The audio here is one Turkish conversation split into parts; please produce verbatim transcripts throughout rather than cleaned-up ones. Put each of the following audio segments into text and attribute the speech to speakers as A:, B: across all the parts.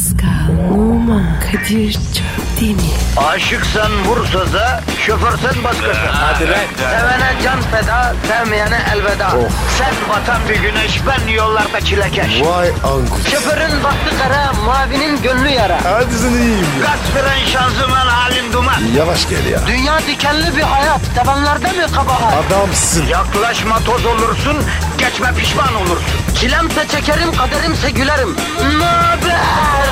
A: Pascal, Oman, Kadir çok değil mi?
B: Aşıksan vursa da, şoförsen başkasın.
C: Hadi lan.
B: Sevene can feda, sevmeyene elveda.
C: Oh.
B: Sen batan bir güneş, ben yollarda çilekeş.
C: Vay anku.
B: Şoförün baktı kara, mavinin gönlü yara.
C: Hadi sen iyiyim ya.
B: Kasperen şanzıman halin duman.
C: Yavaş gel ya.
B: Dünya dikenli bir hayat, sevenlerde mi kabahar?
C: Adamsın.
B: Yaklaşma toz olursun, geçme pişman olursun. Çilemse çekerim, kaderimse gülerim. Möber!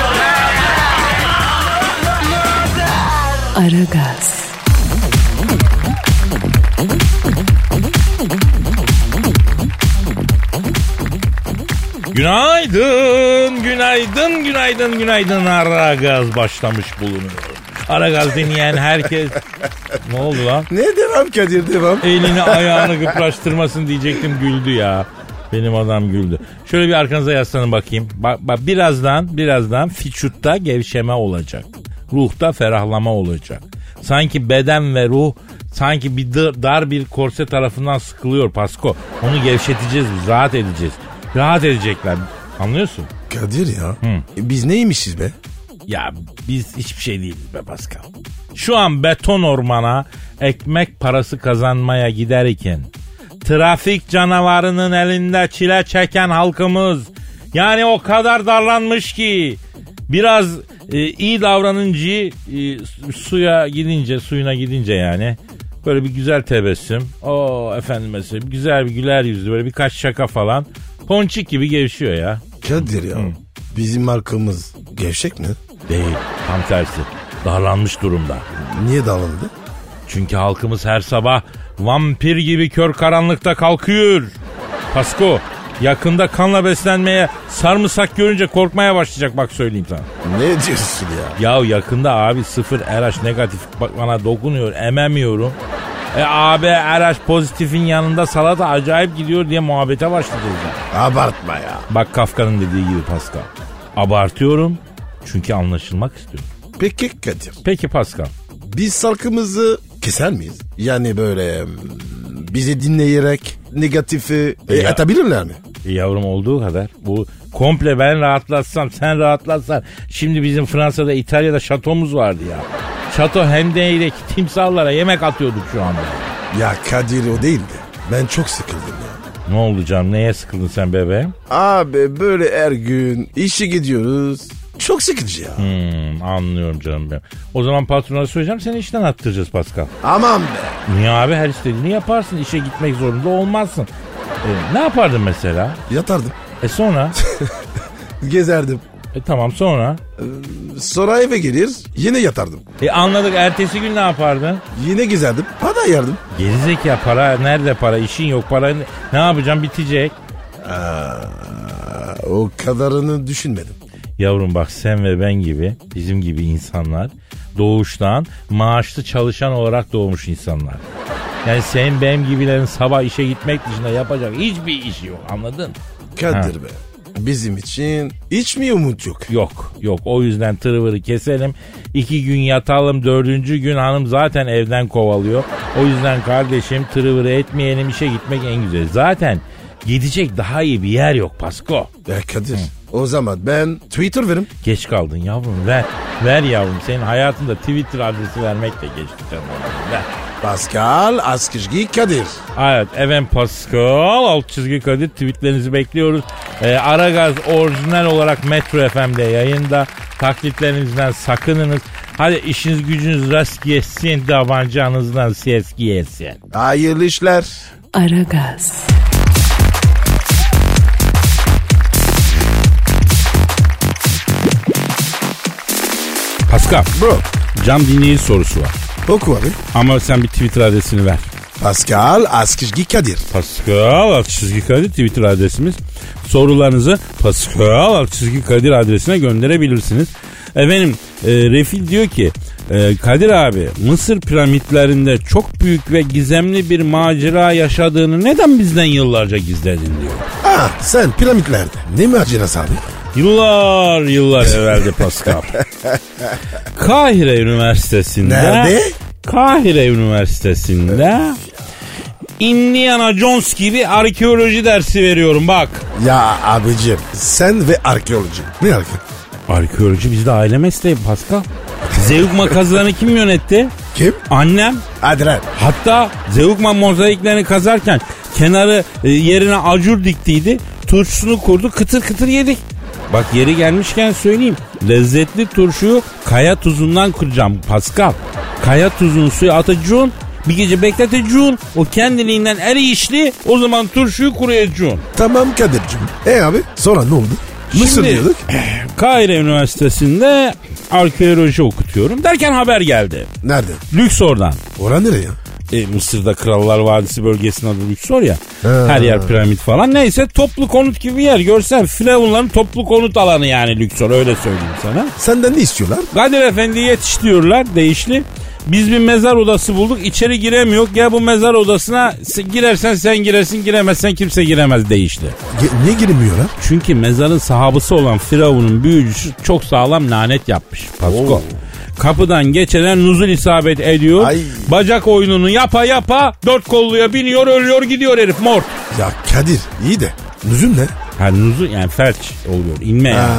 A: Aragaz.
D: Günaydın, günaydın, günaydın, günaydın. Aragaz başlamış bulunuyor. Aragaz dinleyen herkes... Ne oldu lan?
C: Ne devam Kadir, devam.
D: Elini ayağını gıpraştırmasın diyecektim, güldü ya. Benim adam güldü. Şöyle bir arkanıza yaslanın bakayım. Bak, bak birazdan, birazdan fiçutta gevşeme olacak. Ruhta ferahlama olacak. Sanki beden ve ruh sanki bir dar bir korse tarafından sıkılıyor Pasko. Onu gevşeteceğiz biz, rahat edeceğiz. Rahat edecekler. Anlıyorsun?
C: Kadir ya.
D: Hı.
C: E biz neymişiz be?
D: Ya biz hiçbir şey değiliz be Pascal. Şu an beton ormana ekmek parası kazanmaya giderken trafik canavarının elinde çile çeken halkımız yani o kadar darlanmış ki biraz e, iyi davranınca e, suya gidince suyuna gidince yani böyle bir güzel tebessüm, o efendim mesela güzel bir güler yüzlü böyle birkaç şaka falan ponçik gibi gevşiyor ya.
C: Kadir ya. Hı. Bizim markamız gevşek mi?
D: Değil, tam tersi, darlanmış durumda.
C: Niye darlandı?
D: Çünkü halkımız her sabah vampir gibi kör karanlıkta kalkıyor. Pasko, yakında kanla beslenmeye, sarımsak görünce korkmaya başlayacak, bak söyleyeyim sana.
C: Ne diyorsun ya?
D: Ya yakında abi sıfır R H negatif bak bana dokunuyor, ememiyorum. E abi R H pozitifin yanında salata acayip gidiyor diye muhabbete başlayacağız ya.
C: Abartma ya.
D: Bak Kafka'nın dediği gibi Pascal. Abartıyorum çünkü anlaşılmak istiyorum.
C: Peki Kadir.
D: Peki Pascal.
C: Biz salkımızı keser miyiz? Yani böyle bizi dinleyerek negatifi e, atabilirler mi?
D: E yavrum olduğu kadar. Bu komple ben rahatlatsam sen rahatlatsan. Şimdi bizim Fransa'da İtalya'da şatomuz vardı ya. Şato Hende'deki timsahlara yemek atıyorduk şu anda.
C: Ya Kadir o değildi. Ben çok sıkıldım ya.
D: Ne oldu canım, neye sıkıldın sen bebeğim?
C: Abi böyle her gün işe gidiyoruz. Çok sıkıcı ya.
D: Hmm, anlıyorum canım benim. O zaman patrona söyleyeceğim, seni işten attıracağız Pascal.
C: Aman be.
D: Niye abi, her istediğini yaparsın, işe gitmek zorunda olmazsın. E, ne yapardın mesela?
C: Yatardım.
D: E sonra?
C: Gezerdim.
D: E tamam, sonra?
C: Ee, sonra eve gelir yine yatardım.
D: E anladık, ertesi gün ne yapardın?
C: Yine gezerdim, para yerdim.
D: Gerizekalı, para nerede, para işin yok, para ne yapacağım, bitecek.
C: Aa, o kadarını düşünmedim.
D: Yavrum bak, sen ve ben gibi, bizim gibi insanlar doğuştan maaşlı çalışan olarak doğmuş insanlar. Yani senin benim gibilerin sabah işe gitmek dışında yapacak hiçbir iş yok, anladın?
C: Kadir ha. Be. Bizim için hiç mi umut yok?
D: Yok yok, o yüzden tırıvırı keselim. İki gün yatalım, dördüncü gün hanım zaten evden kovalıyor. O yüzden kardeşim tırıvırı etmeyelim, işe gitmek en güzel. Zaten gidecek daha iyi bir yer yok Pasko.
C: Ya Kadir, hı, o zaman ben Twitter verim.
D: Geç kaldın yavrum, ver. Ver yavrum, senin hayatında Twitter adresi vermek de geçti canım. Ver.
C: Pascal Askışgi Kadir.
D: Evet, efendim Pascal alt çizgi Kadir, tweetlerinizi bekliyoruz. Ee, Aragaz orijinal olarak Metro F M'de yayında. Taklitlerinizden sakınınız. Hadi işiniz gücünüz rast gelsin, tabancanızdan ses gelsin.
C: Hayırlı işler.
A: Aragaz.
D: Pascal.
C: Bro.
D: Cam dinleyici sorusu var.
C: Oku abi.
D: Ama sen bir Twitter adresini ver.
C: Pascal Askışgi Kadir.
D: Pascal alt çizgi Kadir Twitter adresimiz. Sorularınızı Pascal alt çizgi Kadir adresine gönderebilirsiniz. Efendim e, Refil diyor ki e, Kadir abi, Mısır piramitlerinde çok büyük ve gizemli bir macera yaşadığını neden bizden yıllarca gizledin diyor.
C: Ah, sen piramitlerde ne macerası abi?
D: Yıllar yıllar evvelde Pascal. Kahire Üniversitesi'nde.
C: Nerede?
D: Kahire Üniversitesi'nde Indiana Jones gibi arkeoloji dersi veriyorum bak.
C: Ya abicim, sen ve arkeoloji. Ne arkeoloji?
D: Arkeoloji bizde aile mesleği Pascal. Zeugma kazılarını kim yönetti?
C: Kim?
D: Annem.
C: Hadi lan.
D: Hatta Zeugma mozaiklerini kazarken kenarı e, yerine acur diktiydi. Turşusunu kurdu, kıtır kıtır yedik. Bak yeri gelmişken söyleyeyim. Lezzetli turşuyu kaya tuzundan kıracağım Pascal. Kaya tuzunu suya atacaksın. Bir gece bekleteceksin. O kendiliğinden eriyişli. O zaman turşuyu kuruyacaksın.
C: Tamam Kadir'cim. E abi sonra ne oldu? Mısır diyorduk.
D: Kahire Üniversitesi'nde arkeoloji okutuyorum. Derken haber geldi.
C: Nerede?
D: Lüksor'dan.
C: Oran nereye ya?
D: E, Mısır'da Krallar Vadisi bölgesinin adı Lüksor ya.
C: Ha.
D: Her yer piramit falan. Neyse toplu konut gibi bir yer. Görsen Firavunların toplu konut alanı yani Lüksor. Öyle söyleyeyim sana.
C: Senden ne istiyorlar?
D: Kadir Efendi'yi yetiştiriyorlar değişli. Biz bir mezar odası bulduk. İçeri giremiyor. Gel bu mezar odasına girersen sen girersin, giremezsen kimse giremez değişti.
C: Ge- niye girmiyorlar?
D: Çünkü mezarın sahabısı olan Firavun'un büyücüsü çok sağlam lanet yapmış. Pasko.
C: Oo.
D: Kapıdan geçenen nuzul isabet ediyor. Ay. Bacak oyununu yapa yapa dört kolluya biniyor, ölüyor, gidiyor herif mort.
C: Ya Kadir iyi de nüzül ne?
D: Ha nuzul yani felç oluyor, inme yani.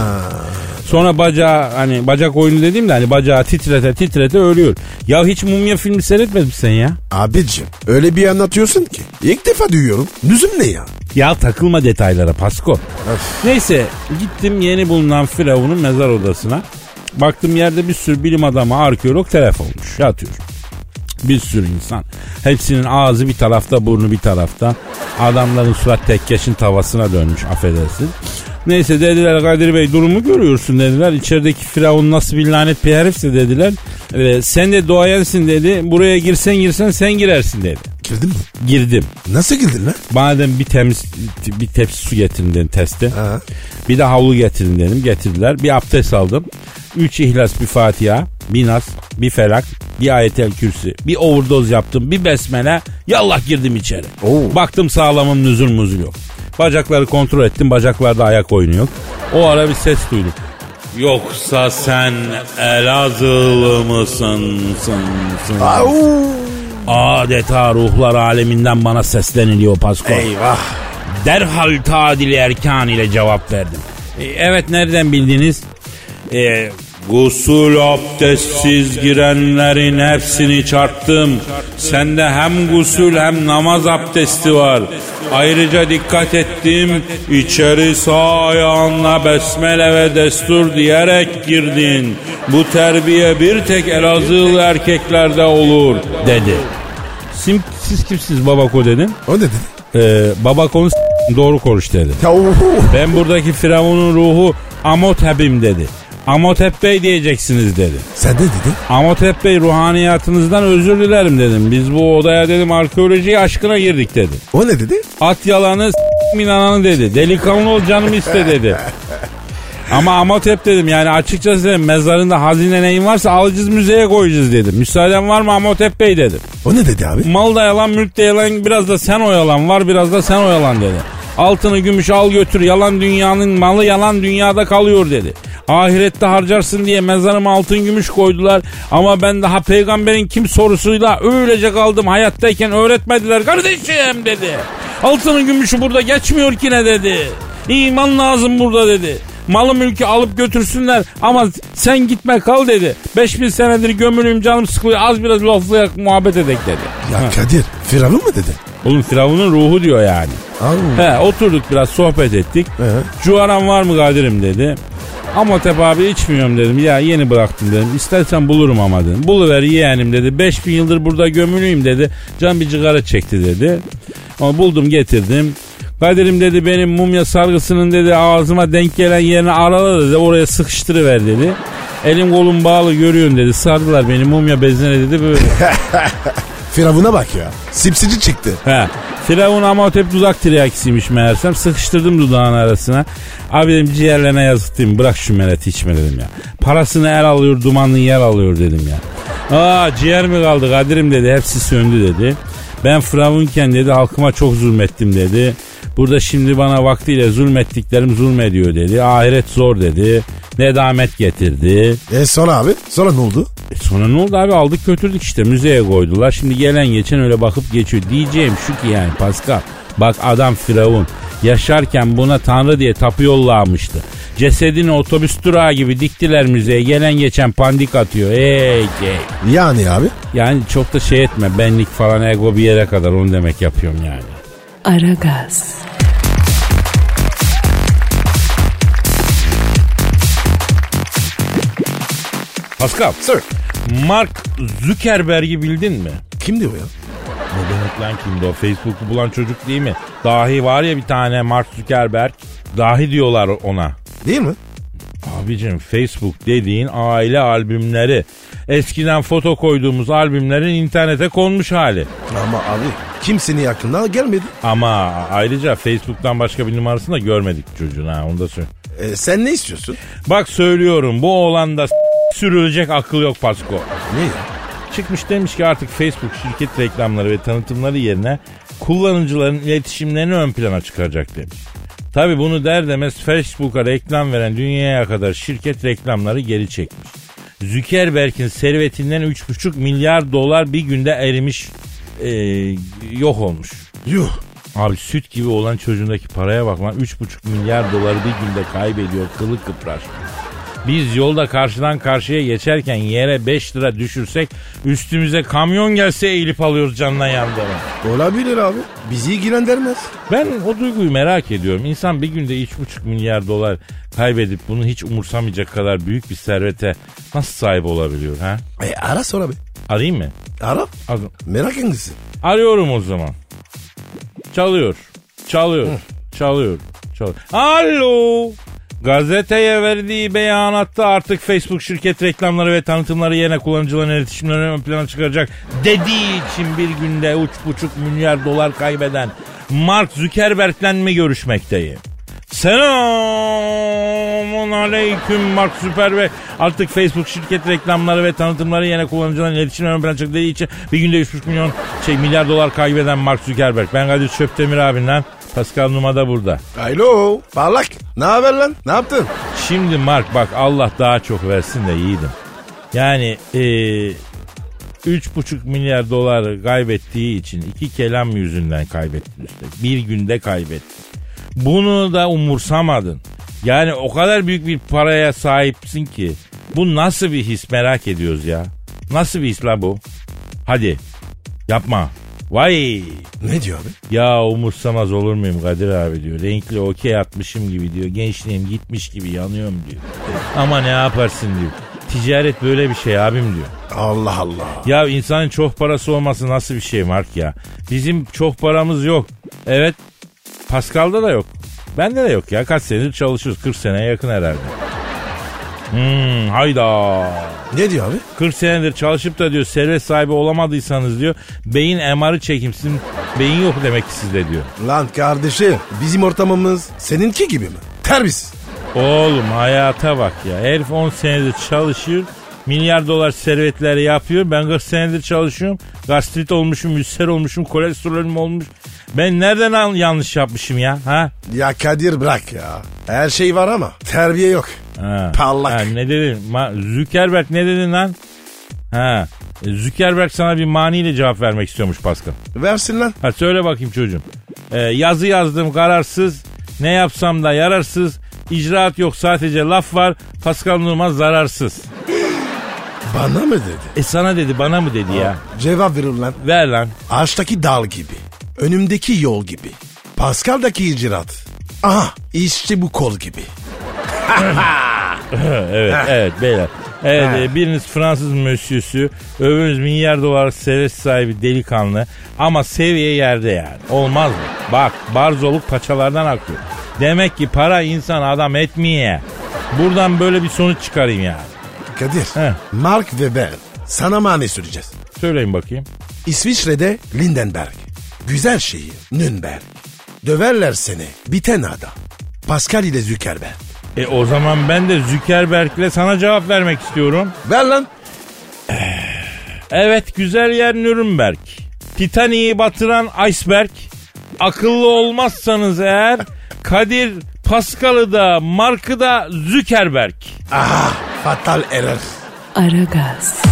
D: Sonra bacağı hani bacak oyunu dediğimde hani bacağı titrete titrete ölüyor. Ya hiç mumya filmi seyretmedin sen ya?
C: Abicim öyle bir anlatıyorsun ki ilk defa duyuyorum. Nüzül ne ya?
D: Ya takılma detaylara Pasko. Neyse gittim yeni bulunan Firavun'un mezar odasına. Baktım yerde bir sürü bilim adamı, arkeolog telef olmuş. Yatıyor. Bir sürü insan. Hepsinin ağzı bir tarafta, burnu bir tarafta. Adamların surat tekkeşin tavasına dönmüş, affedersin. Neyse dediler Kadir Bey durumu görüyorsun dediler. İçerideki Firavun nasıl bir lanet bir herifse dediler. Ee, sen de doğayansın dedi. Buraya girsen girsen sen girersin dedi.
C: Girdin mi?
D: Girdim.
C: Nasıl girdin lan?
D: Bana dedim bir temiz bir tepsi su getirin dedim testi.
C: Ha.
D: Bir de havlu getirin dedim. Getirdiler. Bir abdest aldım. Üç ihlas, bir Fatiha, bir Nas, bir Felak, bir Ayetel Kürsi. Bir overdose yaptım. Bir besmele. Yallah girdim içeri.
C: Oo.
D: Baktım sağlamım, nüzul muzul yok. Bacakları kontrol ettim. Bacaklarda ayak oyunu yok. O ara bir ses duydum. Yoksa sen Elazığlı mısın? Sın, sın. Adeta ruhlar aleminden bana sesleniliyor Pasko.
C: Eyvah.
D: Derhal tadil erkan ile cevap verdim. E, evet nereden bildiniz? E, gusül abdestsiz girenlerin hepsini çarptım. Sende hem gusül hem namaz abdesti var. Ayrıca dikkat ettim. İçeri sağ ayağınla besmele ve destur diyerek girdin. Bu terbiye bir tek Elazığlı erkeklerde olur dedi. Siz, siz kimsiniz babako dedim.
C: O ne dedi?
D: Ee, babakonu s- doğru konuş dedi.
C: Ya,
D: ben buradaki Firavun'un ruhu Amotep'im dedi. Amotep Bey diyeceksiniz dedi.
C: sen ne dedin?
D: Amotep Bey ruhaniyatınızdan özür dilerim dedim. Biz bu odaya dedim arkeoloji aşkına girdik dedi.
C: O ne dedi?
D: At yalanı s**min ananı dedi. Delikanlı ol canım iste dedi. Ama Amotep dedim yani açıkçası dedim, mezarında hazine neyin varsa alacağız müzeye koyacağız dedim. Müsaaden var mı Amotep Bey dedim.
C: O ne dedi abi?
D: Mal da yalan, mülk de yalan, biraz da sen oyalan var, biraz da sen oyalan dedi. Altını gümüş al götür, yalan dünyanın malı yalan dünyada kalıyor dedi. Ahirette harcarsın diye mezarıma altın gümüş koydular ama ben daha peygamberin kim sorusuyla öylece kaldım, hayattayken öğretmediler kardeşim dedi. Altını gümüşü burada geçmiyor ki ne dedi. İman lazım burada dedi. Malı mülkü alıp götürsünler ama sen gitme kal dedi. Beş bin senedir gömülüyüm canım sıkılıyor, az biraz laflayarak muhabbet edek dedi.
C: Ya
D: ha.
C: Kadir Firavun mu dedi?
D: Oğlum Firavun'un ruhu diyor yani.
C: Allah.
D: He, oturduk biraz sohbet ettik.
C: Evet.
D: Cuvaran var mı Kadir'im dedi. Amotep abi içmiyorum dedim. Ya yeni bıraktım dedim. İstersen bulurum ama dedim. Buluver yeğenim dedi. Beş bin yıldır burada gömülüyüm dedi. Can bir cigara çekti dedi. Ama buldum getirdim. Kadir'im dedi benim mumya sargısının dedi ağzıma denk gelen yerini arala dedi. Oraya sıkıştırıver dedi. Elim kolum bağlı görüyorsun dedi. Sardılar beni mumya bezine dedi böyle.
C: Firavun'a bak ya. Sipsici çıktı.
D: He. Firavun Amotep dudak tiryakisiymiş meğersem. Sıkıştırdım dudağın arasına. Abi dedim ciğerlerine yazıktayım. Bırak şu meleti içme dedim ya. Parasını el alıyor, dumanını yer alıyor dedim ya. Aa ciğer mi kaldı Kadir'im dedi. Hepsi söndü dedi. Ben Firavunken dedi halkıma çok zulmettim dedi. Burada şimdi bana vaktiyle zulmettiklerim zulmediyor dedi. Ahiret zor dedi. Nedamet getirdi.
C: E sonra abi? Sonra ne oldu?
D: E sonra ne oldu abi? Aldık götürdük işte müzeye koydular. Şimdi gelen geçen öyle bakıp geçiyor. Diyeceğim şu ki yani Pascal. Bak adam Firavun. Yaşarken buna Tanrı diye tapu yollamıştı. Cesedini otobüs durağı gibi diktiler müzeye. Gelen geçen pandik atıyor. Hey hey.
C: Yani abi?
D: Yani çok da şey etme. Benlik falan, ego bir yere kadar, onu demek yapıyorum yani.
A: Aragaz.
D: Pascal.
C: Sir.
D: Mark Zuckerberg'i bildin mi?
C: Kimdi o ya?
D: Ne demek lan kimdi o? Facebook'u bulan çocuk değil mi? Dahi var ya bir tane Mark Zuckerberg. Dahi diyorlar ona.
C: Değil mi?
D: Abicim Facebook dediğin aile albümleri. Eskiden foto koyduğumuz albümlerin internete konmuş hali.
C: Ama abi kimsenin aklına gelmedi.
D: Ama ayrıca Facebook'tan başka bir numarasını da görmedik çocuğun, ha, onu da söyle.
C: E, sen ne istiyorsun?
D: Bak söylüyorum, bu oğlanda s- sürülecek akıl yok Pasko.
C: Ne ya?
D: Çıkmış demiş ki artık Facebook şirket reklamları ve tanıtımları yerine kullanıcıların iletişimlerini ön plana çıkaracak demiş. Tabi bunu der demez Facebook'a reklam veren dünyaya kadar şirket reklamları geri çekmiş. Zuckerberg'in servetinden üç buçuk milyar dolar bir günde erimiş, ee, yok olmuş.
C: Yuh.
D: Abi süt gibi olan çocuğundaki paraya bak lan, üç buçuk milyar doları bir günde kaybediyor, kılı kıpraş. Biz yolda karşıdan karşıya geçerken yere beş lira düşürsek üstümüze kamyon gelse eğilip alıyoruz canına yandıran.
C: Olabilir abi. Bizi ilgilendirmez.
D: Ben o duyguyu merak ediyorum. İnsan bir günde üç buçuk milyar dolar kaybedip bunu hiç umursamayacak kadar büyük bir servete nasıl sahip olabiliyor ha?
C: E ara sonra be.
D: Arayayım mı?
C: Ara.
D: Ar-
C: Merak etsin.
D: Arıyorum o zaman. Çalıyor. Çalıyor. Hı. Çalıyor. Çalıyor. Alo. Gazeteye verdiği beyanatta artık Facebook şirket reklamları ve tanıtımları yerine kullanıcıların iletişimlerini ön plana çıkaracak dediği için bir günde üç buçuk milyar dolar kaybeden Mark Zuckerberg'le mi görüşmekteyim? Selamun aleyküm Mark Zuckerberg. Artık Facebook şirket reklamları ve tanıtımları yerine kullanıcıların iletişimlerini ön plana çıkaracak dediği için bir günde üç buçuk milyon şey milyar dolar kaybeden Mark Zuckerberg. Ben Kadir Çöptemir abin lan. Pascal Numa da burada.
C: Alo. Parlak. Ne haber lan? Ne yaptın?
D: Şimdi Mark bak, Allah daha çok versin de yiğidim. Yani ee, üç buçuk milyar dolar kaybettiği için iki kelam yüzünden kaybettin işte. Bir günde kaybettin. Bunu da umursamadın. Yani o kadar büyük bir paraya sahipsin ki. Bu nasıl bir his, merak ediyoruz ya. Nasıl bir his la bu? Hadi yapma. Vay.
C: Ne diyor abi?
D: Ya umursamaz olur muyum Kadir abi diyor. Renkli okey atmışım gibi diyor. Gençliğim gitmiş gibi yanıyorum diyor. Ama ne yaparsın diyor. Ticaret böyle bir şey abim diyor.
C: Allah Allah.
D: Ya insanın çok parası olması nasıl bir şey Mark ya? Bizim çok paramız yok. Evet. Pascal'da da yok. Bende de yok ya. Kaç senedir çalışıyoruz. kırk seneye yakın herhalde. Hmm, hayda.
C: Ne diyor abi?
D: kırk senedir çalışıp da diyor servet sahibi olamadıysanız diyor beyin M R'ı çekim, sizin beyin yok demek ki sizde diyor.
C: Lan kardeşim bizim ortamımız seninki gibi mi? Terbiyesiz.
D: Oğlum hayata bak ya. Herif on senedir çalışıyor. Milyar dolar servetleri yapıyor. Ben kırk senedir çalışıyorum. Gastrit olmuşum, ülser olmuşum, kolesterolüm olmuş. Ben nereden yanlış yapmışım ya? Ha?
C: Ya Kadir bırak ya. Her şey var ama terbiye yok.
D: Ha.
C: Parlak.
D: Ha, ne dedin? Ma- Zuckerberg ne dedin lan? Ha. Zuckerberg sana bir maniyle cevap vermek istiyormuş Pascal.
C: Versin lan.
D: Ha söyle bakayım çocuğum. Ee, yazı yazdım kararsız. Ne yapsam da yararsız. İcraat yok, sadece laf var. Pascal Numa zararsız.
C: Bana mı dedi?
D: E sana dedi, bana mı dedi ya?
C: Cevap verir lan.
D: Ver lan.
C: Ağaçtaki dal gibi. Önümdeki yol gibi. Pascal'daki icraat. Aha işte bu kol gibi.
D: evet evet beyler. Evet e, biriniz Fransız mösyösü, öbürünüz milyar dolar servet sahibi delikanlı ama seviye yerde yani. Olmaz mı? Bak barzoluk paçalardan akıyor. Demek ki para insan adam etmiyor. Buradan böyle bir sonuç çıkarayım yani.
C: Kadir,
D: Heh.
C: Mark ve ben sana mani söyleyeceğiz.
D: Söyleyin bakayım.
C: İsviçre'de Lindenberg. Güzel şehir Nürnberg. Döverler seni biten ada. Pascal ile Zuckerberg.
D: E o zaman ben de Zuckerberg'le sana cevap vermek istiyorum.
C: Ver lan.
D: Evet, güzel yer Nürnberg. Titanic'i batıran iceberg. Akıllı olmazsanız eğer Kadir Pascal'ı da Mark'ı da Zuckerberg.
C: Aha, fatal error.
A: Aragaz.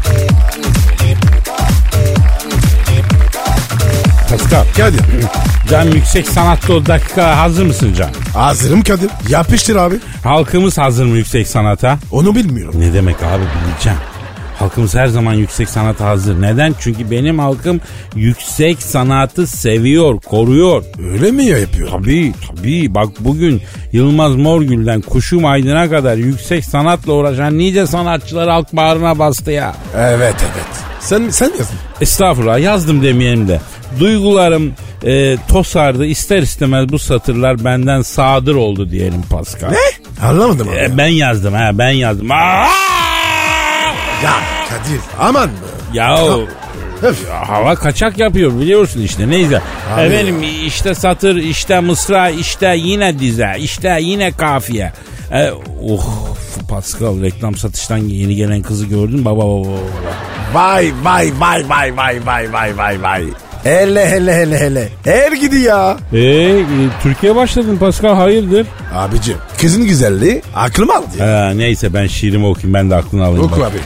D: Pascal.
C: Kadir.
D: Can yüksek sanatta o dakika hazır mısın Can?
C: Hazırım Kadir. Yapıştır abi.
D: Halkımız hazır mı yüksek sanata?
C: Onu bilmiyorum.
D: Ne demek abi, bileceğim. Halkımız her zaman yüksek sanata hazır. Neden? Çünkü benim halkım yüksek sanatı seviyor, koruyor.
C: Öyle mi ya yapıyor?
D: Tabii tabii. Bak bugün Yılmaz Morgül'den Kuşum Aydın'a kadar yüksek sanatla uğraşan nice sanatçılar halk bağrına bastı ya.
C: Evet evet. Sen sen yazdın.
D: Estağfurullah, yazdım demeyelim de. Duygularım e, tosardı. İster istemez bu satırlar benden sadır oldu diyelim Pascal.
C: Ne? Anlamadım abi.
D: E, ben yazdım ha ben yazdım. Aa!
C: Ya Kadir aman mı?
D: Ya hava kaçak yapıyor biliyorsun işte, neyse.
C: Abi.
D: Efendim işte satır, işte mısra, işte yine dize, işte yine kafiye. E, oh Pascal, reklam satıştan yeni gelen kızı gördün baba baba baba.
C: Vay vay vay vay vay vay vay vay vay. Hele hele hele hele. Er gidi ya.
D: Eee Türkiye başladın Pascal, hayırdır?
C: Abicim kızın güzelliği aklımı aldı ya.
D: Ha, neyse ben şiirimi okuyayım, ben de aklını alayım.
C: Oku
D: bak.
C: abi.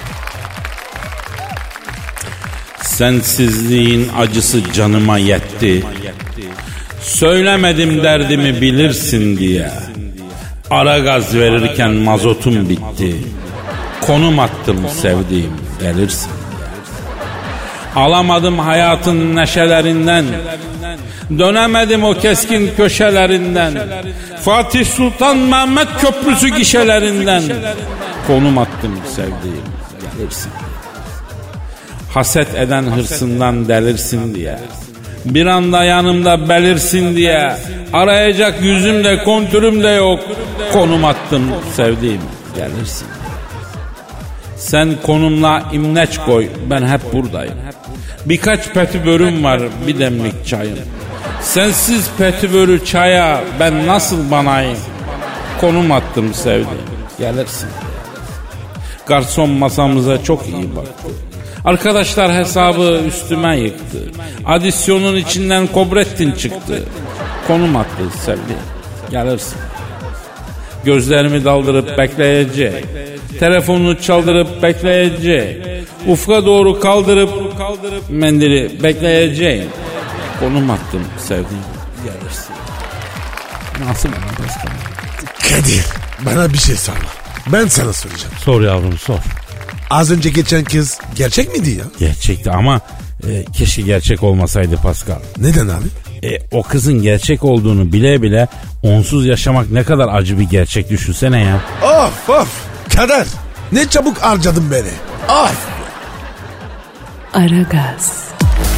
D: Sensizliğin acısı canıma yetti. Söylemedim derdimi bilirsin diye. Ara gaz verirken mazotum bitti. Konum attım sevdiğim, gelirsin. Alamadım hayatın neşelerinden. Dönemedim o keskin köşelerinden. Fatih Sultan Mehmet Köprüsü gişelerinden. Konum attım sevdiğim, gelirsin. Haset eden hırsından delirsin diye. Bir anda yanımda belirsin diye. Arayacak yüzüm de kontürüm de yok. Konum attım sevdiğim, gelirsin. Sen konumla imleç koy, ben hep buradayım. Birkaç petibörüm var, bir demlik çayım. Sensiz petibörü çaya ben nasıl banayım? Konum attım sevdiğim, gelirsin. Garson masamıza çok iyi baktı. Arkadaşlar hesabı üstüme yıktı. Adisyonun içinden Kobrettin çıktı. Konum attı sevdiğim, gelirsin. Gözlerimi daldırıp bekleyecek. Telefonunu çaldırıp bekleyecek. Ufka doğru kaldırıp mendili bekleyeceğim. Konum attım sevdiğim, gelirsin. Nasıl bana Pascal?
C: Kadir bana bir şey sorma. Ben sana soracağım.
D: Sor yavrum sor.
C: Az önce geçen kız gerçek miydi ya?
D: Gerçekti ama e, keşke gerçek olmasaydı Pascal.
C: Neden abi?
D: E, o kızın gerçek olduğunu bile bile onsuz yaşamak ne kadar acı bir gerçek, düşünsene ya.
C: Of of Kader ne çabuk harcadın beni. Of.
A: Aragaz.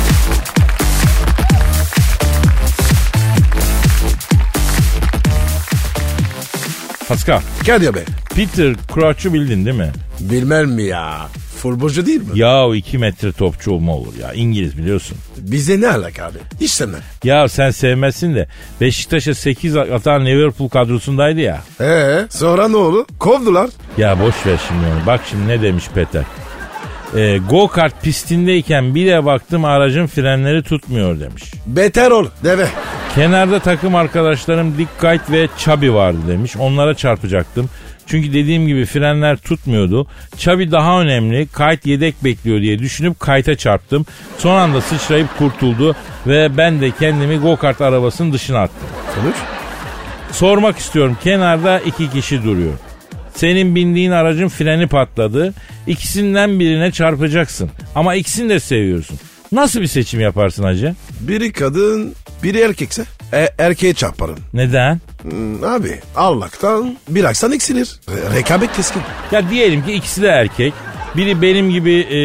D: Pascal,
C: Kadir Bey.
D: Peter Crouch'u bildin değil mi?
C: Bilmem mi ya? Futbolcu değil mi?
D: Ya iki metre topçu mu olur ya? İngiliz biliyorsun.
C: Bize ne alaka abi? Hiç sevmem.
D: Ya sen sevmezsin de Beşiktaş'a sekiz atan Liverpool kadrosundaydı ya.
C: Ee, sonra ne oldu? Kovdular.
D: Ya boş ver şimdi onu. Bak şimdi ne demiş Peter. Ee, go kart pistindeyken bir de baktım aracın frenleri tutmuyor demiş.
C: Beter ol deve.
D: Kenarda takım arkadaşlarım Dick Kite ve Chubby vardı demiş. Onlara çarpacaktım. Çünkü dediğim gibi frenler tutmuyordu. Chubby daha önemli. Kite yedek bekliyor diye düşünüp Kite'a çarptım. Son anda sıçrayıp kurtuldu ve ben de kendimi go kart arabasının dışına attım.
C: Sonuç?
D: Sormak istiyorum. Kenarda iki kişi duruyor. Senin bindiğin aracın freni patladı. İkisinden birine çarpacaksın. Ama ikisini de seviyorsun. Nasıl bir seçim yaparsın hacı?
C: Biri kadın, biri erkekse e, erkeğe çarparım.
D: Neden?
C: Hmm, abi Allah'tan bir aksan eksilir. Re- rekabet keskin.
D: Ya diyelim ki ikisi de erkek. Biri benim gibi e,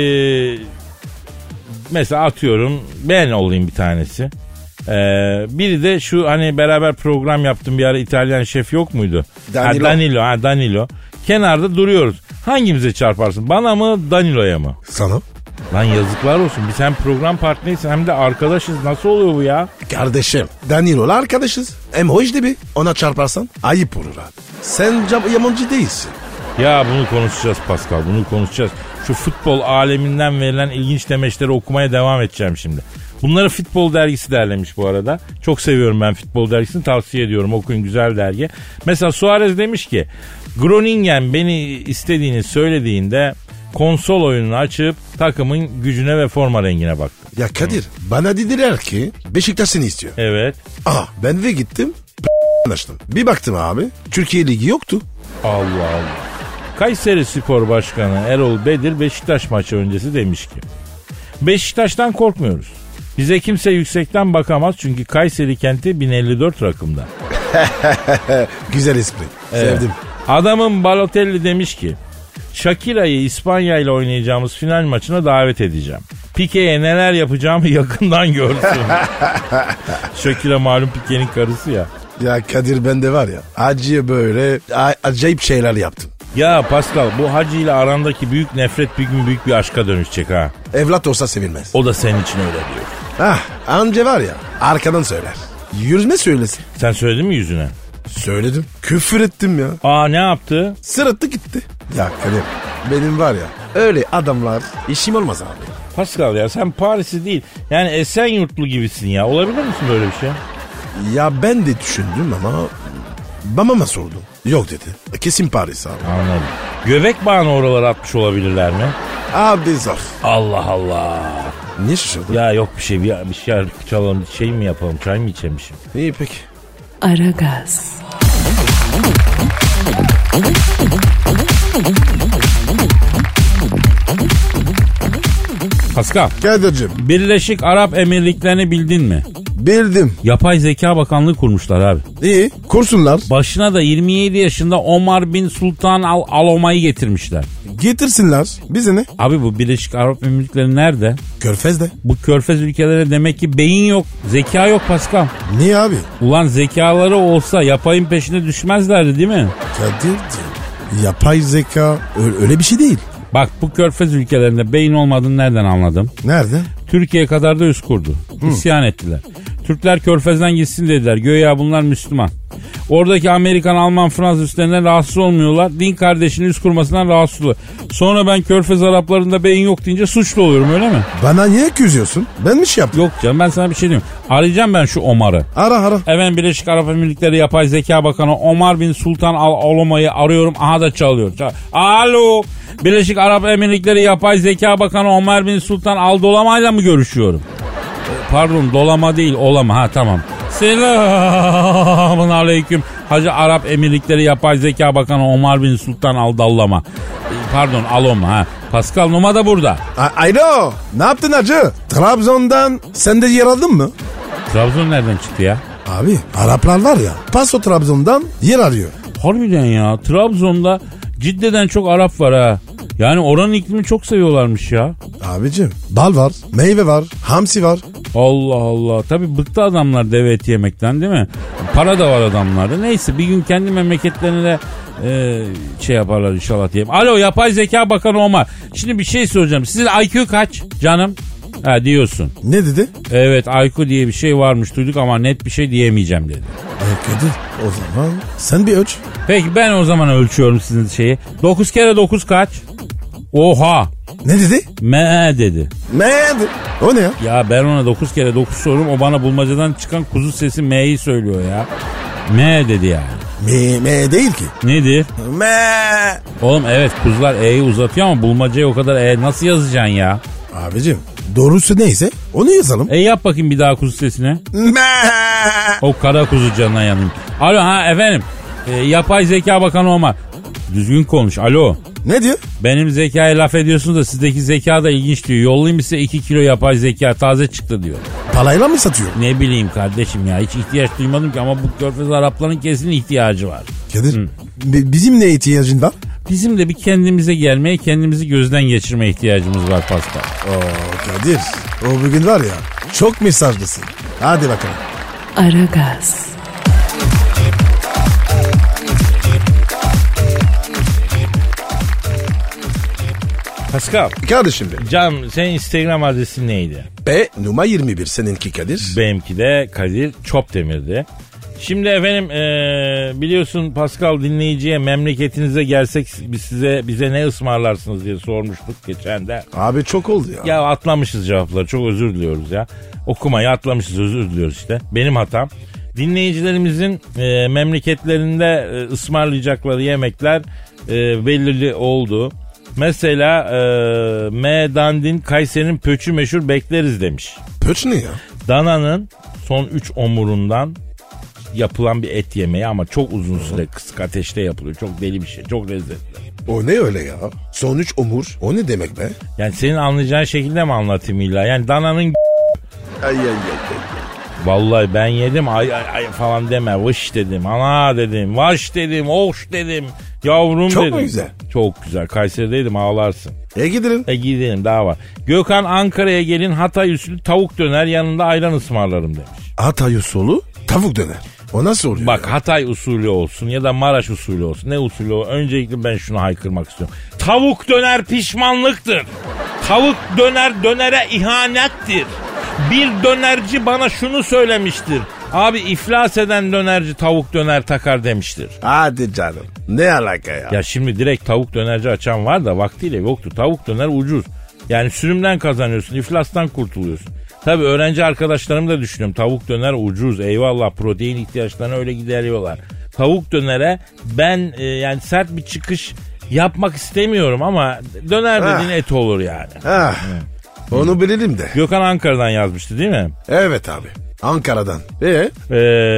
D: mesela atıyorum ben olayım bir tanesi. E, biri de şu hani beraber program yaptığım bir ara İtalyan şef yok muydu?
C: Danilo.
D: Ha, Danilo. Ha, Danilo. Kenarda duruyoruz. Hangimize çarparsın? Bana mı Danilo'ya mı?
C: Sana?
D: Lan yazıklar olsun. Biz hem program partneriyiz hem de arkadaşız. Nasıl oluyor bu ya?
C: Kardeşim Danilo'la arkadaşız. Hem hoş de bir ona çarparsan ayıp olur abi. Sen cam- yabancı değilsin.
D: Ya bunu konuşacağız Pascal. Bunu konuşacağız. Şu futbol aleminden verilen ilginç demeçleri okumaya devam edeceğim şimdi. Bunları Futbol Dergisi derlemiş bu arada. Çok seviyorum ben Futbol Dergisi'ni, tavsiye ediyorum. Okuyun, güzel dergi. Mesela Suarez demiş ki Groningen beni istediğini söylediğinde konsol oyununu açıp takımın gücüne ve forma rengine baktım.
C: Ya Kadir bana dediler ki Beşiktaş seni istiyor.
D: Evet.
C: Aa ben de gittim anlaştım. Bir baktım abi Türkiye Ligi yoktu.
D: Allah Allah. Kayseri Spor Başkanı Erol Bedir Beşiktaş maçı öncesi demiş ki Beşiktaş'tan korkmuyoruz. Bize kimse yüksekten bakamaz çünkü Kayseri kenti bin elli dört rakımda.
C: Güzel espri.
D: Evet.
C: Sevdim.
D: Adamın Balotelli demiş ki Shakira'yı İspanya ile oynayacağımız final maçına davet edeceğim. Pique'ye neler yapacağımı yakından görsün. Shakira malum Pique'nin karısı ya.
C: Ya Kadir bende var ya acıya böyle a- acayip şeyler yaptım.
D: Ya Pascal bu Hacı ile arandaki büyük nefret bir gün büyük bir aşka dönüşecek ha.
C: Evlat olsa sevilmez.
D: O da senin için öyle diyor.
C: Ah anca var ya arkadan söyler. Yüzme söylesin.
D: Sen söyledin mi yüzüne?
C: Söyledim. Küfür ettim ya.
D: Aa ne yaptı?
C: Sırıttı gitti. Ya Kadir benim var ya öyle adamlar işim olmaz abi.
D: Pascal ya sen Paris'i değil yani Esenyurtlu gibisin ya. Olabilir misin böyle bir şey?
C: Ya ben de düşündüm ama babama sordum. Yok dedi. Kesin Paris abi.
D: Anladım. Göbek bağını oralara atmış olabilirler mi?
C: Abi zor.
D: Allah Allah.
C: Niye şaşırdın?
D: Ya yok bir şey bir, bir şey çalalım şey mi yapalım çay mı içelim şimdi?
C: İyi peki.
A: Aragaz.
D: Pascal,
C: Kadir'cim
D: Birleşik Arap Emirlikleri'ni bildin mi?
C: bildim.
D: Yapay Zeka Bakanlığı kurmuşlar abi.
C: İyi kursunlar.
D: Başına da yirmi yedi yaşında Omar bin Sultan Al Aloma'yı getirmişler.
C: Getirsinler. Bize ne?
D: Abi bu Birleşik Arap Emirlikleri nerede?
C: Körfez'de.
D: Bu körfez ülkelerine demek ki beyin yok, zeka yok Pascal.
C: Niye abi?
D: Ulan zekaları olsa yapayın peşine düşmezlerdi değil mi?
C: Kadir'cim yapay zeka ö- öyle bir şey değil.
D: Bak bu körfez ülkelerinde beyin olmadığını nereden anladım?
C: Nerede?
D: Türkiye kadar da üst kurdu. İsyan ettiler. Türkler körfezden gitsin dediler. Göya bunlar Müslüman. Oradaki Amerikan, Alman, Fransız üstlerinden rahatsız olmuyorlar. Din kardeşinin üst kurmasından rahatsız oluyor. Sonra ben körfez Araplarında beyin yok deyince suçlu oluyorum öyle mi?
C: Bana niye küsüyorsun? Ben mi şey yaptım?
D: Yok canım ben sana bir şey diyorum. Arayacağım ben şu Omar'ı.
C: Ara ara.
D: Efendim Birleşik Arap Emirlikleri Yapay Zeka Bakanı Omar bin Sultan Al Aloma'yı arıyorum. Aha da çalıyor. Çal- Alo. Birleşik Arap Emirlikleri Yapay Zeka Bakanı Omar bin Sultan Al Dolama'yla mı görüşüyorum? Pardon dolama değil olama ha tamam. Selamun aleyküm. Hacı Arap Emirlikleri Yapay Zeka Bakanı Omar bin Sultan Al Dallama. Pardon Aloma ha. Pascal Numa da burada.
C: A- Alo ne yaptın hacı? Trabzon'dan sen de yer aldın mı?
D: Trabzon nereden çıktı ya?
C: Abi Araplar var ya Paso Trabzon'dan yer arıyor.
D: Harbiden ya Trabzon'da ciddeden çok Arap var ha. Yani oranın iklimi çok seviyorlarmış ya.
C: Abicim bal var, meyve var, hamsi var.
D: Allah Allah. Tabii bıktı adamlar deve eti yemekten değil mi? Para da var adamlarda. Neyse bir gün kendi memleketlerine de e, şey yaparlar inşallah diyeyim. Alo Yapay Zeka Bakanı Omar. Şimdi bir şey soracağım. Sizin I Q kaç canım? Ha diyorsun.
C: Ne dedi?
D: Evet I Q diye bir şey varmış duyduk ama net bir şey diyemeyeceğim dedi.
C: E Kadir o zaman sen bir ölç.
D: Peki ben o zaman ölçüyorum sizin şeyi. dokuz kere dokuz kaç? Oha.
C: Ne dedi?
D: Me dedi.
C: Ne dedi? O ne ya?
D: Ya ben ona dokuz kere dokuz soruyorum. O bana bulmacadan çıkan kuzu sesi M'yi söylüyor ya. M dedi yani.
C: Me, me değil ki.
D: Nedir?
C: Me.
D: Oğlum evet kuzular E'yi uzatıyor ama bulmacayı o kadar E nasıl yazacaksın ya?
C: Abicim doğrusu neyse onu yazalım.
D: E yap bakayım bir daha kuzu sesine.
C: Me.
D: O kara kuzu canına yanayım. Alo ha efendim. E, yapay Zeka Bakanı Omar. Düzgün konuş. Alo.
C: Ne diyor?
D: Benim zekaya laf ediyorsunuz da sizdeki zeka da ilginç diyor. Yollayayım size iki kilo yapay zeka taze çıktı diyor.
C: Parayla mı satıyor?
D: Ne bileyim kardeşim ya hiç ihtiyaç duymadım ki ama bu körfez Arapların kesin ihtiyacı var.
C: Kadir b- bizim ne ihtiyacın var?
D: Bizim de bir kendimize gelmeye kendimizi gözden geçirmeye ihtiyacımız var Pascal.
C: Oo Kadir o bugün var ya çok mesajlısın. Hadi bakalım.
A: Aragaz.
D: Pascal.
C: Kardeşim benim.
D: Can senin Instagram adresin neydi?
C: B numara yirmi bir seninki Kadir.
D: Benimki de Kadir Çopdemir'di. Şimdi efendim ee, biliyorsun Pascal dinleyiciye memleketinize gelsek biz size bize ne ısmarlarsınız diye sormuştuk geçen de.
C: Abi çok oldu ya.
D: Ya atlamışız cevapları çok özür diliyoruz ya. Okumayı atlamışız özür diliyoruz işte. Benim hatam. Dinleyicilerimizin e, memleketlerinde e, ısmarlayacakları yemekler e, belirli oldu. Mesela e, M. Dandin Kayseri'nin pöçü meşhur bekleriz demiş.
C: Pöç ne ya?
D: Dananın son üç omurundan yapılan bir et yemeği ama çok uzun süre kısık ateşte yapılıyor. Çok deli bir şey. Çok lezzetli.
C: O ne öyle ya? Son üç omur. O ne demek be?
D: Yani senin anlayacağın şekilde mi anlatayım illa? Yani dananın
C: Ay ay ay ay.
D: vallahi ben yedim ay ay ay falan deme. Vış dedim. Ana dedim. Vaş dedim. Oş dedim. Yavrum
C: Çok
D: dedim.
C: mu güzel?
D: Çok güzel. Kayseri'deydim ağlarsın.
C: E gidelim.
D: E gidelim daha var. Gökhan Ankara'ya gelin Hatay usulü tavuk döner yanında ayran ısmarlarım demiş.
C: Hatay usulü tavuk döner. O nasıl oluyor?
D: Bak
C: ya?
D: Hatay usulü olsun ya da Maraş usulü olsun. Ne usulü o? Öncelikle ben şunu haykırmak istiyorum. Tavuk döner pişmanlıktır. Tavuk döner dönere ihanettir. Bir dönerci bana şunu söylemiştir. Abi iflas eden dönerci tavuk döner takar demiştir.
C: Hadi canım. Ne alaka ya?
D: Ya şimdi direkt tavuk dönerci açan var da vaktiyle yoktu. Tavuk döner ucuz. Yani sürümden kazanıyorsun, iflastan kurtuluyorsun. Tabii öğrenci arkadaşlarım da düşünüyorum. Tavuk döner ucuz. Eyvallah, protein ihtiyaçlarını öyle gideriyorlar. Tavuk dönere ben e, yani sert bir çıkış yapmak istemiyorum ama döner dediğin
C: Ah.
D: et olur yani.
C: Ah, onu bilelim de.
D: Gökhan Ankara'dan yazmıştı değil mi?
C: Evet abi. Ankara'dan. Ee?
D: Ee,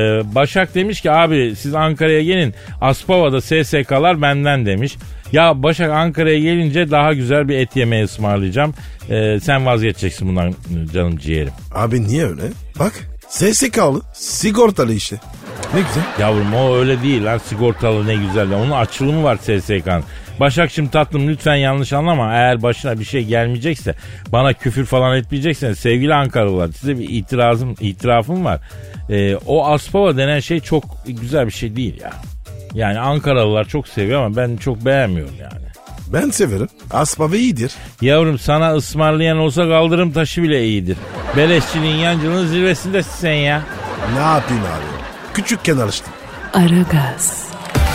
D: Başak demiş ki abi siz Ankara'ya gelin. Aspava'da S S K'lar benden demiş. Ya Başak Ankara'ya gelince daha güzel bir et yemeği ısmarlayacağım. Ee, sen vazgeçeceksin bundan canım ciğerim.
C: Abi niye öyle? Bak S S K'lı sigortalı işte. Ne güzel.
D: Yavrum o öyle değil lan, sigortalı ne güzel ya. Onun açılımı var S S K'nın. Başakçım tatlım lütfen yanlış anlama. Eğer başına bir şey gelmeyecekse, bana küfür falan etmeyeceksen sevgili Ankaralılar size bir itirazım, itirafım var. Ee, o Aspava denen şey çok güzel bir şey değil ya. Yani Ankaralılar çok seviyor ama ben çok beğenmiyorum yani.
C: Ben severim. Aspava iyidir.
D: Yavrum sana ısmarlayan olsa kaldırım taşı bile iyidir. Beleşçiliğin yancılığın zirvesindesin sen ya.
C: Ne yapayım abi? Küçükken alıştım.
A: Aragaz,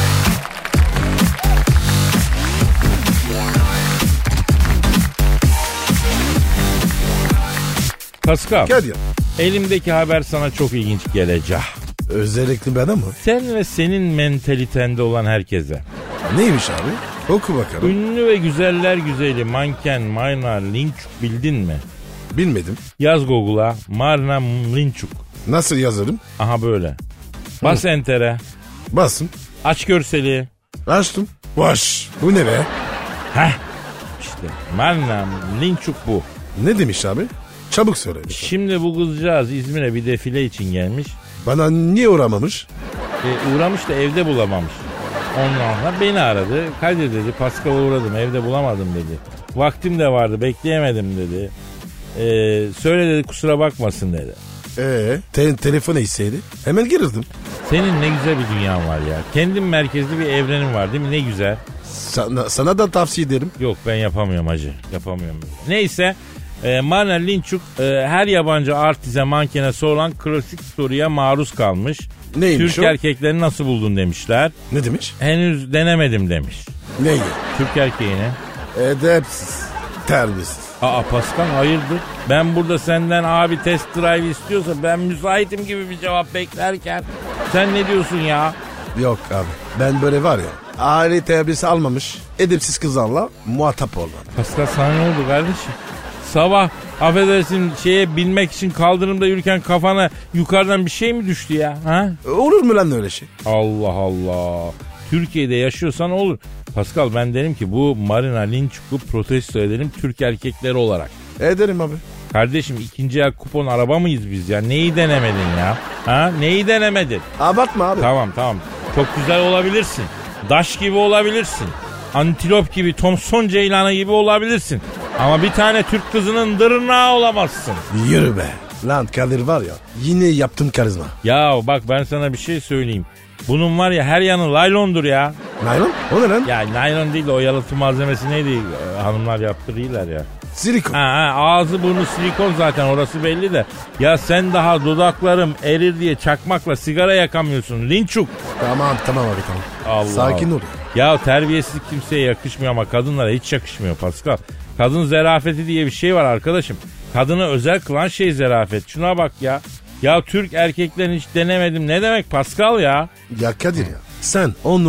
D: Pascal,
C: Kadir.
D: elimdeki haber sana çok ilginç gelecek.
C: Özellikle bana mı?
D: Sen ve senin mentalitende olan herkese.
C: Neymiş abi? Oku bakalım.
D: Ünlü ve güzeller güzeli manken Marina Linçuk bildin mi?
C: Bilmedim.
D: Yaz Google'a Marina Linçuk.
C: Nasıl yazarım?
D: Aha böyle. Bas enter'e.
C: Basın.
D: Aç görseli.
C: Açtım. Vaş. Bu ne be?
D: Heh. İşte Marina Linçuk bu.
C: Ne demiş abi? Çabuk söyle.
D: Şimdi bu kızcağız İzmir'e bir defile için gelmiş.
C: Bana niye uğramamış?
D: E, uğramış da evde bulamamış. Ondan sonra beni aradı. Kadir dedi Pascal'a uğradım evde bulamadım dedi. Vaktim de vardı bekleyemedim dedi. E, söyle dedi kusura bakmasın dedi.
C: Ee, te- telefonu etseydi hemen girirdim.
D: Senin ne güzel bir dünyan var ya. Kendin merkezli bir evrenin var değil mi? Ne güzel.
C: Sana, sana da tavsiye ederim.
D: Yok ben yapamıyorum hacı. Yapamıyorum. Neyse. E, Marina Linçuk e, her yabancı artize mankene sorulan klasik soruya maruz kalmış.
C: Neymiş
D: Türk
C: o?
D: erkeklerini nasıl buldun demişler.
C: Ne demiş?
D: Henüz denemedim demiş.
C: Neyi?
D: Türk erkeğini.
C: Edepsiz. Terbiyesiz.
D: Aa Pascal hayırdır? Ben burada senden abi test drive istiyorsa ben müsaitim gibi bir cevap beklerken sen ne diyorsun ya?
C: Yok abi. Ben böyle var ya. Aile terbiyesi almamış. Edepsiz kızlarla muhatap olmam.
D: Pascal sana ne oldu kardeşim? Sabah affedersin şeye binmek için kaldırımda yürürken kafana yukarıdan bir şey mi düştü ya? Ha?
C: Olur mu lan öyle şey?
D: Allah Allah. Türkiye'de yaşıyorsan olur. Pascal ben derim ki bu Marina Linçuk'u protesto edelim Türk erkekleri olarak.
C: Ederim abi.
D: Kardeşim ikinci el kupon araba mıyız biz ya? Neyi denemedin ya? Ha? Neyi denemedin?
C: Abartma abi.
D: Tamam tamam. Çok güzel olabilirsin. Daş gibi olabilirsin. Antilop gibi, Thomson ceylanı gibi olabilirsin. Ama bir tane Türk kızının dırnağı olamazsın.
C: Yürü be. Lan Kadir var ya yine yaptın karizma.
D: Ya bak ben sana bir şey söyleyeyim. Bunun var ya her yanı laylondur ya.
C: Naylon? O ne lan?
D: Ya naylon değil de o yalıtım malzemesi neydi? Ee, Hanımlar yaptırıyorlar ya.
C: Silikon.
D: Ha, ha, ağzı burnu silikon zaten orası belli de. Ya sen daha dudaklarım erir diye çakmakla sigara yakamıyorsun. Linçuk.
C: Tamam tamam abi tamam.
D: Allah
C: Sakin
D: Allah.
C: ol.
D: Ya terbiyesizlik kimseye yakışmıyor ama kadınlara hiç yakışmıyor Pascal. Kadın zerafeti diye bir şey var arkadaşım. Kadını özel kılan şey zerafet. Şuna bak ya. Ya Türk erkeklerini hiç denemedim. Ne demek Pascal ya?
C: Ya Kadir ya sen onun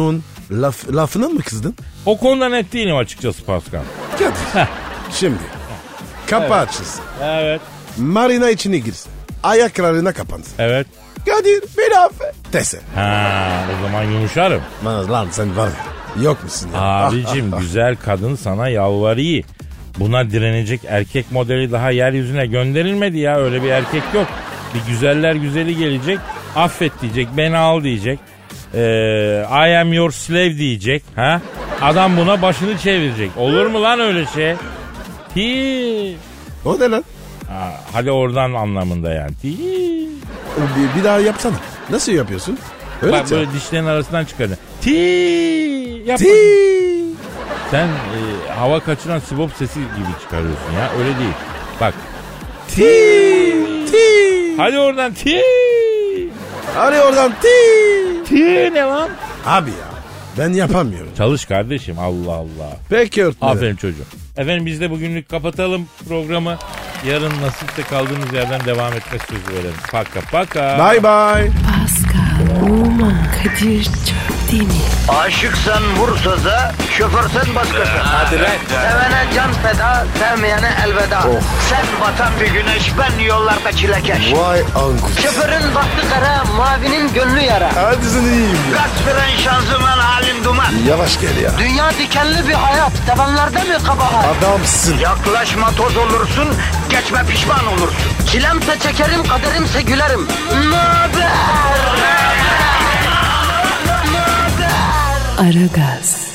C: Laf, lafına mı kızdın?
D: O konuda net değilim açıkçası Pascal.
C: Kadir. Şimdi. Kapı
D: Evet.
C: açılsın.
D: Evet.
C: Marina içine girsin. Ayaklarına kapansın.
D: Evet.
C: Kadir beni affet. Dese.
D: Ha, o zaman yumuşarım.
C: Lan, lan sen var ya. Yok musun ya?
D: Abicim güzel kadın sana yalvarıyor. Buna direnecek erkek modeli daha yeryüzüne gönderilmedi ya. Öyle bir erkek yok. Bir güzeller güzeli gelecek. Affet diyecek. Beni al diyecek. Ee, I am your slave diyecek. Ha? Adam buna başını çevirecek. Olur mu lan öyle şey? Hi.
C: O ne lan?
D: Ha, hadi oradan anlamında yani. Hi.
C: Bir, bir daha yapsana. Nasıl yapıyorsun? Öyle
D: Bak böyle dişlerin arasından çıkardın. Ti. Yap. Sen e, hava kaçıran sibop sesi gibi çıkarıyorsun ya. Öyle değil. Bak.
C: Ti. Ti.
D: Hadi oradan ti.
C: Hadi oradan ti.
D: Ti ne lan?
C: Abi ya ben yapamıyorum.
D: Çalış kardeşim, Allah Allah.
C: Peki öğretmenim.
D: Aferin çocuğum. Efendim biz de bugünlük kapatalım programı. Yarın nasipse kaldığımız yerden devam etme sözü verelim. Paka paka.
C: Bye bye.
A: Pascal, Oman, Kadir çok değil mi?
B: Aşıksan vursa da, şoförsen başkasın. Hadi
D: lan.
B: Sevene can feda, sevmeyene elveda. Sen batan bir güneş, ben yollarda çilekeş.
C: Vay anku.
B: Şoförün baktı kara, mavinin gönlü yara.
C: Hadi sen iyiyim ya.
B: Kasperen şanzıman halin duman.
C: Yavaş gel ya.
B: Dünya dikenli bir hayat, sevenlerde mi kabahar?
C: Adamsın.
B: Yaklaşma toz olursun, geçme pişman olursun. Çilemse çekerim, kaderimse gülerim. Möber!
A: Aragaz.